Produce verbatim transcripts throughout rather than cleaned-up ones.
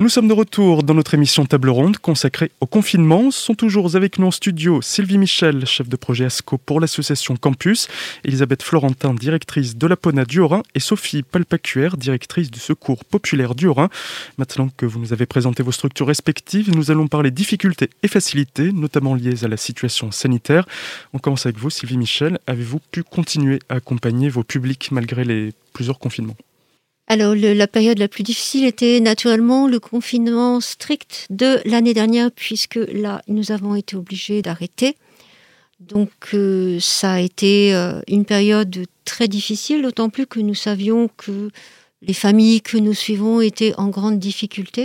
Nous sommes de retour dans notre émission Table Ronde consacrée au confinement. Sont toujours avec nous en studio Sylvie Michel, chef de projet ASCO pour l'association Campus, Elisabeth Florentin, directrice de l'Apona du Haut-Rhin et Sophie Palpacuère, directrice du Secours populaire du Haut-Rhin. Maintenant que vous nous avez présenté vos structures respectives, nous allons parler difficultés et facilités, notamment liées à la situation sanitaire. On commence avec vous, Sylvie Michel. Avez-vous pu continuer à accompagner vos publics malgré les plusieurs confinements ? Alors, le, la période la plus difficile était naturellement le confinement strict de l'année dernière, puisque là, nous avons été obligés d'arrêter. Donc, euh, ça a été euh, une période très difficile, d'autant plus que nous savions que les familles que nous suivons étaient en grande difficulté.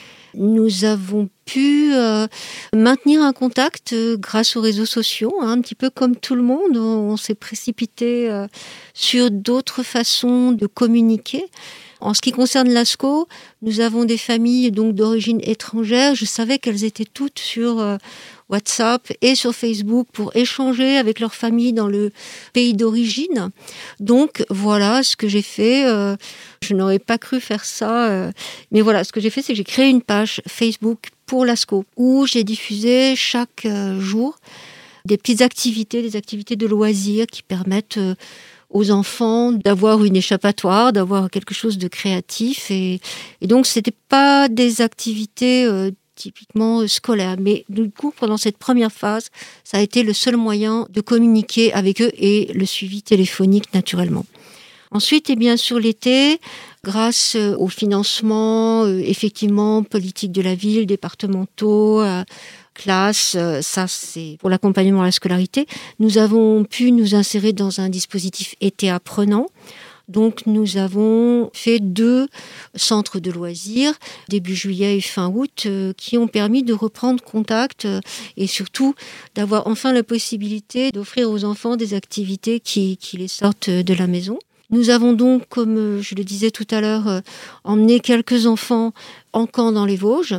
Nous avons pu euh, maintenir un contact euh, grâce aux réseaux sociaux, hein, un petit peu comme tout le monde. On, on s'est précipité euh, sur d'autres façons de communiquer. En ce qui concerne l'ASCO, nous avons des familles donc d'origine étrangère. Je savais qu'elles étaient toutes sur euh, WhatsApp et sur Facebook pour échanger avec leurs familles dans le pays d'origine. Donc voilà ce que j'ai fait. Euh, je n'aurais pas cru faire ça. Euh, mais voilà, ce que j'ai fait, c'est que j'ai créé une page Facebook pour l'ASCO où j'ai diffusé chaque euh, jour des petites activités, des activités de loisirs qui permettent euh, aux enfants d'avoir une échappatoire, d'avoir quelque chose de créatif. Et, et donc, ce n'était pas des activités euh, typiquement scolaires. Mais du coup, pendant cette première phase, ça a été le seul moyen de communiquer avec eux et le suivi téléphonique, naturellement. Ensuite, et bien sur l'été, grâce au financement, euh, effectivement, politique de la ville, départementaux, euh, classe, ça c'est pour l'accompagnement à la scolarité, nous avons pu nous insérer dans un dispositif été apprenant. Donc nous avons fait deux centres de loisirs, début juillet et fin août, euh, qui ont permis de reprendre contact euh, et surtout d'avoir enfin la possibilité d'offrir aux enfants des activités qui, qui les sortent de la maison. Nous avons donc, comme je le disais tout à l'heure, euh, emmené quelques enfants en camp dans les Vosges.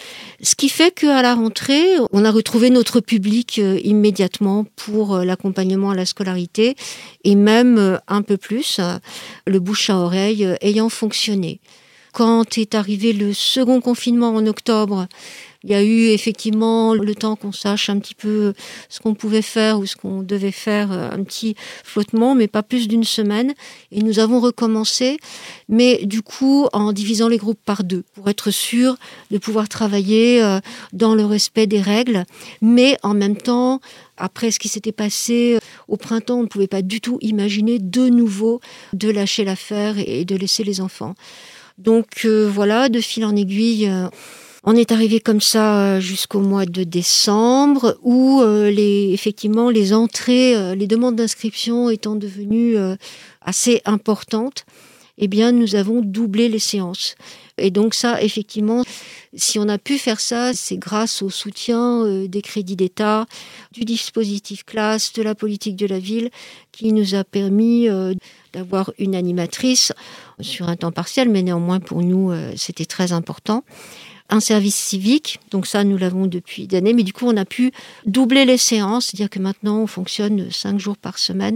Ce qui fait qu'à la rentrée, on a retrouvé notre public euh, immédiatement pour euh, l'accompagnement à la scolarité et même euh, un peu plus, euh, le bouche à oreille euh, ayant fonctionné. Quand est arrivé le second confinement en octobre, il y a eu effectivement le temps qu'on sache un petit peu ce qu'on pouvait faire ou ce qu'on devait faire, un petit flottement, mais pas plus d'une semaine. Et nous avons recommencé, mais du coup en divisant les groupes par deux, pour être sûr de pouvoir travailler dans le respect des règles. Mais en même temps, après ce qui s'était passé au printemps, on ne pouvait pas du tout imaginer de nouveau de lâcher l'affaire et de laisser les enfants. Donc euh, voilà, de fil en aiguille... Euh, On est arrivé comme ça jusqu'au mois de décembre où euh, les, effectivement les entrées, euh, les demandes d'inscription étant devenues euh, assez importantes, eh bien nous avons doublé les séances. Et donc ça, effectivement, si on a pu faire ça, c'est grâce au soutien euh, des crédits d'État, du dispositif classe, de la politique de la ville, qui nous a permis euh, d'avoir une animatrice sur un temps partiel, mais néanmoins pour nous, euh, c'était très important. Un service civique, donc ça nous l'avons depuis des années, mais du coup on a pu doubler les séances, c'est-à-dire que maintenant on fonctionne cinq jours par semaine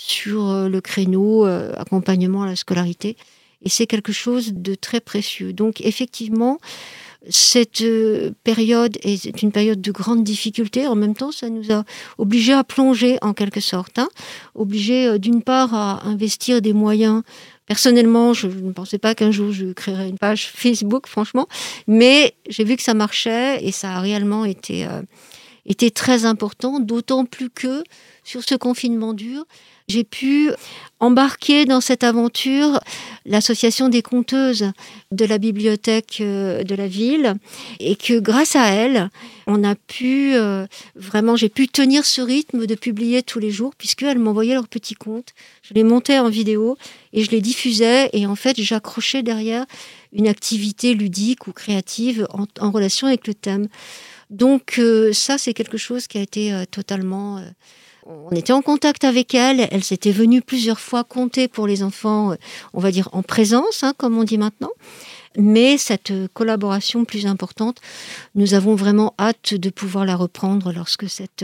sur le créneau euh, accompagnement à la scolarité, et c'est quelque chose de très précieux. Donc effectivement, cette euh, période est une période de grande difficulté, en même temps ça nous a obligés à plonger en quelque sorte, hein, obligés euh, d'une part à investir des moyens. Personnellement, je ne pensais pas qu'un jour je créerais une page Facebook, franchement, mais j'ai vu que ça marchait et ça a réellement été, euh, été très important, d'autant plus que sur ce confinement dur, j'ai pu embarquer dans cette aventure l'association des conteuses de la bibliothèque de la ville et que grâce à elle, on a pu euh, vraiment, j'ai pu tenir ce rythme de publier tous les jours puisqu'elles m'envoyaient leurs petits contes. Je les montais en vidéo et je les diffusais et en fait, j'accrochais derrière une activité ludique ou créative en, en relation avec le thème. Donc euh, ça, c'est quelque chose qui a été euh, totalement... Euh, On était en contact avec elle, elle s'était venue plusieurs fois compter pour les enfants, on va dire en présence, hein, comme on dit maintenant. Mais cette collaboration plus importante, nous avons vraiment hâte de pouvoir la reprendre lorsque cette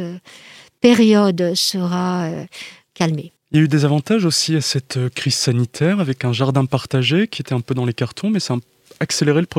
période sera calmée. Il y a eu des avantages aussi à cette crise sanitaire avec un jardin partagé qui était un peu dans les cartons, mais ça a accéléré le processus ?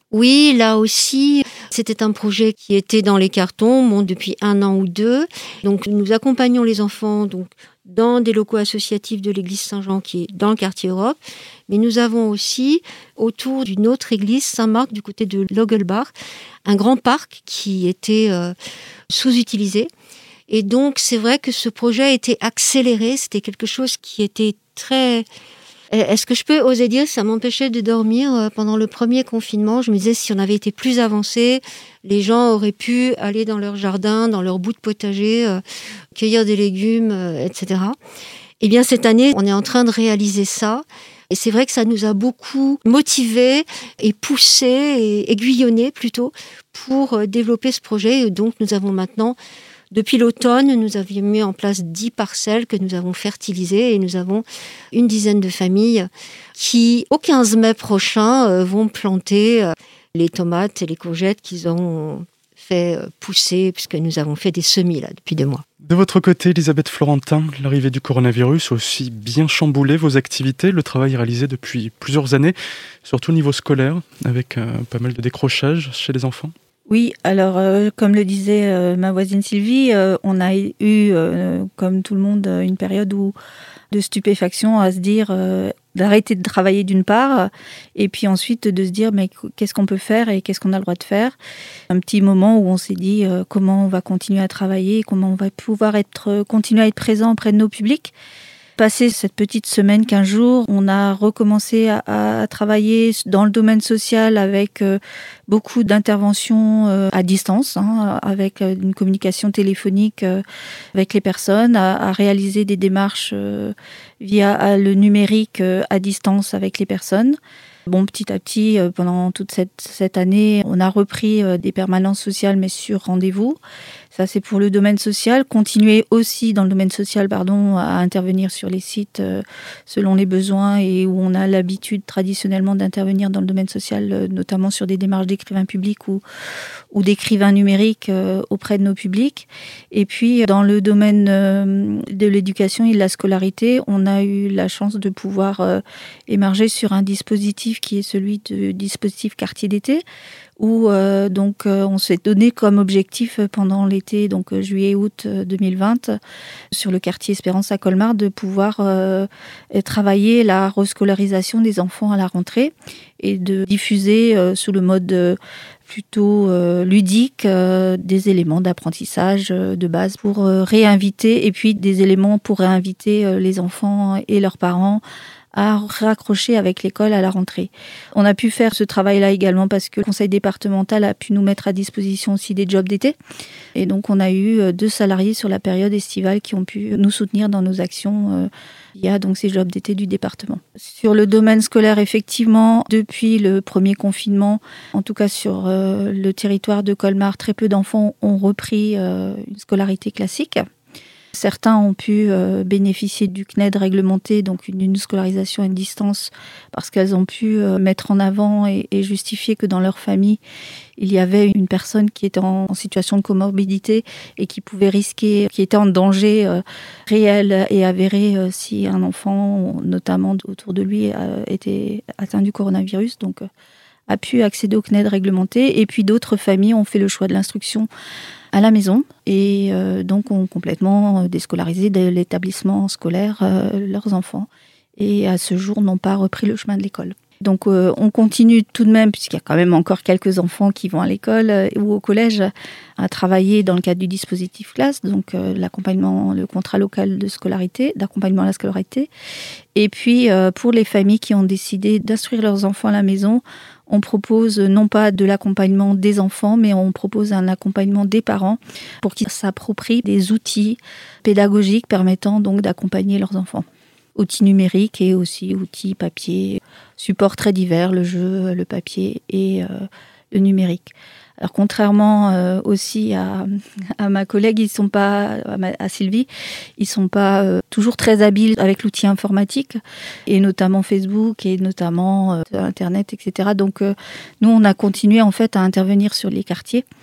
Oui, là aussi, c'était un projet qui était dans les cartons bon, depuis un an ou deux. Donc, nous accompagnons les enfants donc, dans des locaux associatifs de l'église Saint-Jean qui est dans le quartier Europe. Mais nous avons aussi, autour d'une autre église, Saint-Marc, du côté de Logelbach, un grand parc qui était euh, sous-utilisé. Et donc, c'est vrai que ce projet a été accéléré. C'était quelque chose qui était très... Est-ce que je peux oser dire que ça m'empêchait de dormir pendant le premier confinement? Je me disais, si on avait été plus avancé, les gens auraient pu aller dans leur jardin, dans leur bout de potager, euh, cueillir des légumes, euh, et cetera. Eh bien, cette année, on est en train de réaliser ça. Et c'est vrai que ça nous a beaucoup motivés et poussés et aiguillonnés plutôt pour développer ce projet. Et donc, nous avons maintenant... Depuis l'automne, nous avions mis en place dix parcelles que nous avons fertilisées et nous avons une dizaine de familles qui, au quinze mai prochain, vont planter les tomates et les courgettes qu'ils ont fait pousser, puisque nous avons fait des semis là depuis deux mois. De votre côté, Elisabeth Florentin, l'arrivée du coronavirus a aussi bien chamboulé vos activités, le travail réalisé depuis plusieurs années, surtout au niveau scolaire, avec euh, pas mal de décrochages chez les enfants. Oui, alors euh, comme le disait euh, ma voisine Sylvie, euh, on a eu, euh, comme tout le monde, une période où, de stupéfaction à se dire euh, d'arrêter de travailler d'une part, et puis ensuite de se dire mais qu'est-ce qu'on peut faire et qu'est-ce qu'on a le droit de faire. Un petit moment où on s'est dit euh, comment on va continuer à travailler, comment on va pouvoir être, continuer à être présent auprès de nos publics. Passé cette petite semaine, quinze jours, on a recommencé à, à travailler dans le domaine social avec euh, beaucoup d'interventions euh, à distance, hein, avec euh, une communication téléphonique euh, avec les personnes, à, à réaliser des démarches euh, via le numérique euh, à distance avec les personnes. Bon, petit à petit, euh, pendant toute cette, cette année, on a repris euh, des permanences sociales, mais sur rendez-vous. Ça, c'est pour le domaine social. Continuer aussi dans le domaine social, pardon, à intervenir sur les sites euh, selon les besoins et où on a l'habitude traditionnellement d'intervenir dans le domaine social, euh, notamment sur des démarches d'écrivains publics ou, ou d'écrivains numériques euh, auprès de nos publics. Et puis, dans le domaine euh, de l'éducation et de la scolarité, on a eu la chance de pouvoir euh, émarger sur un dispositif qui est celui du dispositif quartier d'été, où euh, donc euh, on s'est donné comme objectif pendant l'été, donc euh, juillet-août deux mille vingt, sur le quartier Espérance à Colmar, de pouvoir euh, travailler la rescolarisation des enfants à la rentrée et de diffuser euh, sous le mode euh, plutôt euh, ludique euh, des éléments d'apprentissage euh, de base pour euh, réinviter, et puis des éléments pour réinviter euh, les enfants et leurs parents à raccrocher avec l'école à la rentrée. On a pu faire ce travail-là également parce que le conseil départemental a pu nous mettre à disposition aussi des jobs d'été. Et donc, on a eu deux salariés sur la période estivale qui ont pu nous soutenir dans nos actions via donc ces jobs d'été du département. Sur le domaine scolaire, effectivement, depuis le premier confinement, en tout cas sur euh, le territoire de Colmar, très peu d'enfants ont repris euh, une scolarité classique. Certains ont pu euh, bénéficier du C N E D réglementé, donc une, une scolarisation à distance, parce qu'elles ont pu euh, mettre en avant et, et justifier que dans leur famille, il y avait une personne qui était en, en situation de comorbidité et qui pouvait risquer, qui était en danger euh, réel et avéré euh, si un enfant, notamment autour de lui, euh, était atteint du coronavirus. Donc, euh, a pu accéder au C N E D réglementé. Et puis d'autres familles ont fait le choix de l'instruction à la maison et euh, donc ont complètement déscolarisé de l'établissement scolaire euh, leurs enfants et à ce jour n'ont pas repris le chemin de l'école. Donc euh, on continue tout de même, puisqu'il y a quand même encore quelques enfants qui vont à l'école euh, ou au collège, à travailler dans le cadre du dispositif classe, donc euh, l'accompagnement, le contrat local de scolarité, d'accompagnement à la scolarité. Et puis euh, pour les familles qui ont décidé d'instruire leurs enfants à la maison, on propose non pas de l'accompagnement des enfants, mais on propose un accompagnement des parents pour qu'ils s'approprient des outils pédagogiques permettant donc d'accompagner leurs enfants. Outils numériques et aussi outils papier, supports très divers, le jeu, le papier et euh, le numérique. Alors contrairement euh, aussi à, à ma collègue, ils sont pas à, ma, à Sylvie, ils sont pas euh, toujours très habiles avec l'outil informatique et notamment Facebook et notamment euh, Internet, et cetera. Donc euh, nous on a continué en fait à intervenir sur les quartiers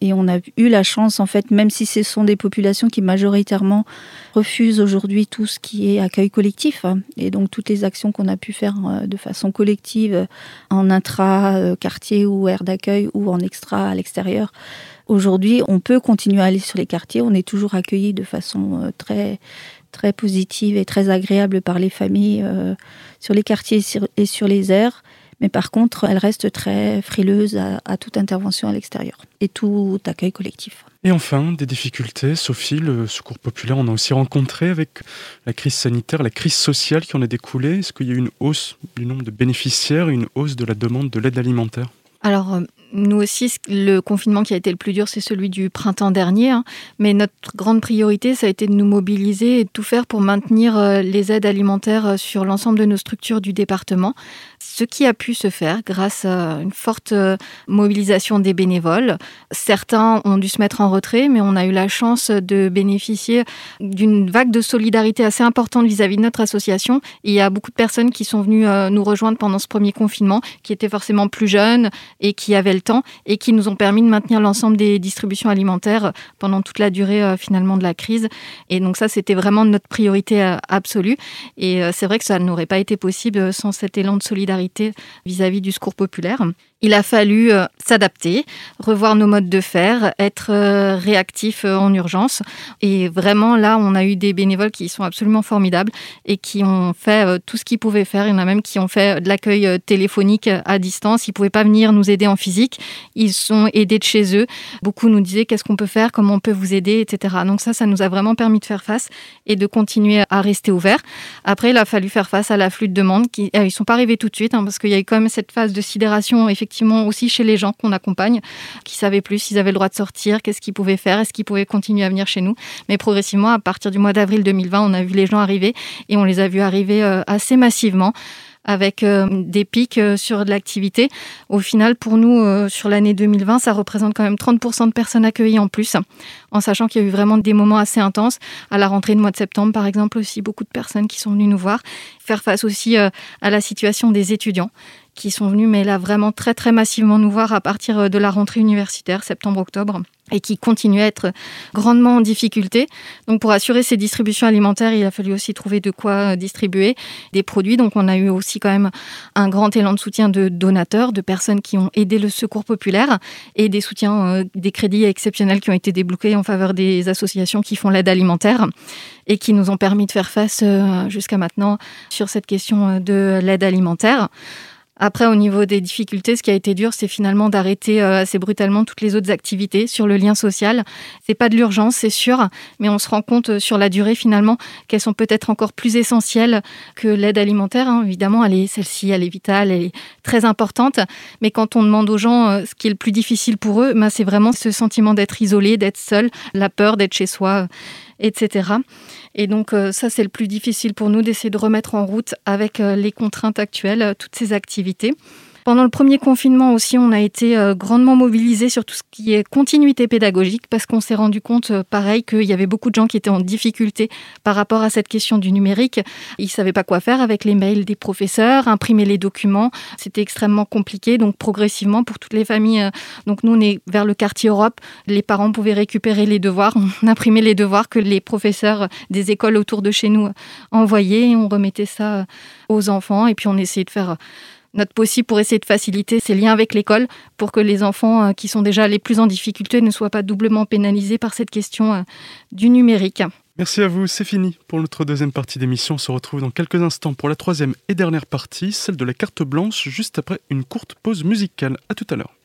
Et on a eu la chance, en fait, même si ce sont des populations qui majoritairement refusent aujourd'hui tout ce qui est accueil collectif, et donc toutes les actions qu'on a pu faire de façon collective en intra-quartier ou aire d'accueil ou en extra à l'extérieur. Aujourd'hui, on peut continuer à aller sur les quartiers. On est toujours accueillis de façon très, très positive et très agréable par les familles euh, sur les quartiers et sur les aires. Mais par contre, elle reste très frileuse à, à toute intervention à l'extérieur et tout accueil collectif. Et enfin, des difficultés. Sophie, le Secours populaire, on a aussi rencontré avec la crise sanitaire, la crise sociale qui en est découlée. Est-ce qu'il y a eu une hausse du nombre de bénéficiaires, une hausse de la demande de l'aide alimentaire ? Alors, euh, nous aussi, le confinement qui a été le plus dur, c'est celui du printemps dernier. Hein. Mais notre grande priorité, ça a été de nous mobiliser et de tout faire pour maintenir euh, les aides alimentaires sur l'ensemble de nos structures du département. Ce qui a pu se faire grâce à une forte euh, mobilisation des bénévoles. Certains ont dû se mettre en retrait, mais on a eu la chance de bénéficier d'une vague de solidarité assez importante vis-à-vis de notre association. Et il y a beaucoup de personnes qui sont venues euh, nous rejoindre pendant ce premier confinement, qui étaient forcément plus jeunes et qui avaient le temps et qui nous ont permis de maintenir l'ensemble des distributions alimentaires pendant toute la durée euh, finalement de la crise. Et donc ça, c'était vraiment notre priorité euh, absolue. Et euh, c'est vrai que ça n'aurait pas été possible sans cet élan de solidarité vis-à-vis du Secours populaire. Il a fallu euh, s'adapter, revoir nos modes de faire, être euh, réactif euh, en urgence. Et vraiment, là, on a eu des bénévoles qui sont absolument formidables et qui ont fait euh, tout ce qu'ils pouvaient faire. Il y en a même qui ont fait de l'accueil euh, téléphonique à distance. Ils ne pouvaient pas venir nous aider en physique. Ils sont aidés de chez eux. Beaucoup nous disaient qu'est-ce qu'on peut faire, comment on peut vous aider, et cetera. Donc ça, ça nous a vraiment permis de faire face et de continuer à rester ouverts. Après, il a fallu faire face à l'afflux de demandes. Qui, euh, ils ne sont pas arrivés tout de suite hein, parce qu'il y a eu quand même cette phase de sidération, effectivement, aussi chez les gens qu'on accompagne, qui savaient plus s'ils avaient le droit de sortir, qu'est-ce qu'ils pouvaient faire, est-ce qu'ils pouvaient continuer à venir chez nous. Mais progressivement, à partir du mois d'avril deux mille vingt, on a vu les gens arriver et on les a vus arriver euh, assez massivement, avec euh, des pics euh, sur de l'activité. Au final, pour nous, euh, sur l'année deux mille vingt, ça représente quand même trente pour cent de personnes accueillies en plus, en sachant qu'il y a eu vraiment des moments assez intenses. À la rentrée de mois de septembre, par exemple, aussi beaucoup de personnes qui sont venues nous voir. Faire face aussi euh, à la situation des étudiants qui sont venus, mais là, vraiment très, très massivement nous voir à partir de la rentrée universitaire, septembre-octobre, et qui continuent à être grandement en difficulté. Donc, pour assurer ces distributions alimentaires, il a fallu aussi trouver de quoi distribuer des produits. Donc, on a eu aussi quand même un grand élan de soutien de donateurs, de personnes qui ont aidé le Secours populaire et des soutiens, euh, des crédits exceptionnels qui ont été débloqués en faveur des associations qui font l'aide alimentaire et qui nous ont permis de faire face euh, jusqu'à maintenant sur cette question de l'aide alimentaire. Après, au niveau des difficultés, ce qui a été dur, c'est finalement d'arrêter euh, assez brutalement toutes les autres activités sur le lien social. C'est pas de l'urgence, c'est sûr, mais on se rend compte euh, sur la durée finalement qu'elles sont peut-être encore plus essentielles que l'aide alimentaire. Hein. Évidemment, elle est, celle-ci, elle est vitale, elle est très importante. Mais quand on demande aux gens euh, ce qui est le plus difficile pour eux, ben, c'est vraiment ce sentiment d'être isolé, d'être seul, la peur d'être chez soi, et cetera. Et donc euh, ça, c'est le plus difficile pour nous, d'essayer de remettre en route avec euh, les contraintes actuelles, euh, toutes ces activités. Pendant le premier confinement aussi, on a été euh, grandement mobilisés sur tout ce qui est continuité pédagogique parce qu'on s'est rendu compte, euh, pareil, qu'il y avait beaucoup de gens qui étaient en difficulté par rapport à cette question du numérique. Ils ne savaient pas quoi faire avec les mails des professeurs, imprimer les documents. C'était extrêmement compliqué. Donc progressivement, pour toutes les familles, euh, donc nous, on est vers le quartier Europe. Les parents pouvaient récupérer les devoirs. On imprimait les devoirs que les professeurs des écoles autour de chez nous envoyaient. On remettait ça aux enfants et puis on essayait de faire notre possible pour essayer de faciliter ces liens avec l'école pour que les enfants qui sont déjà les plus en difficulté ne soient pas doublement pénalisés par cette question du numérique. Merci à vous, c'est fini pour notre deuxième partie d'émission. On se retrouve dans quelques instants pour la troisième et dernière partie, celle de la carte blanche, juste après une courte pause musicale. À tout à l'heure.